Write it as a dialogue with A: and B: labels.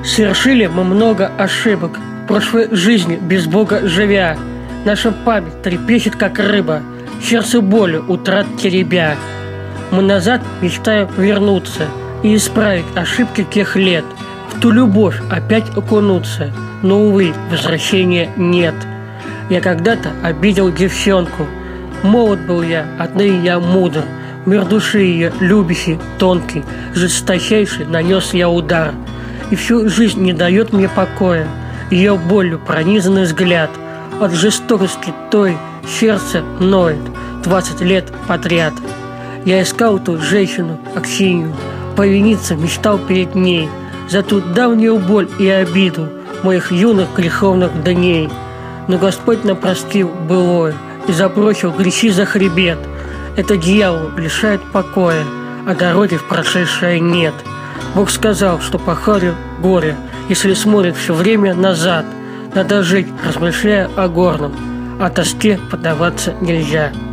A: Совершили мы много ошибок, в прошлой жизни без Бога живя. Наша память трепещет, как рыба, сердце болью утрат теребя. Мы назад мечтаем вернуться и исправить ошибки тех лет, в ту любовь опять окунуться, но, увы, возвращения нет. Я когда-то обидел девчонку, молод был я, отныне я мудр. Мир души ее, любящий, тонкий, жесточайший, нанес я удар. И всю жизнь не дает мне покоя ее болью пронизанный взгляд. От жестокости той сердце ноет 20 лет подряд. Я искал ту женщину, Аксинью, повиниться мечтал перед ней за ту давнюю боль и обиду моих юных греховных дней. Но Господь нам простил былое и забросил грехи за хребет. Это дьявол лишает покоя, а дороги в прошедшее нет. Бог сказал, что по хорю горе, если смотрит все время назад. Надо жить, размышляя о горном, а тоске поддаваться нельзя.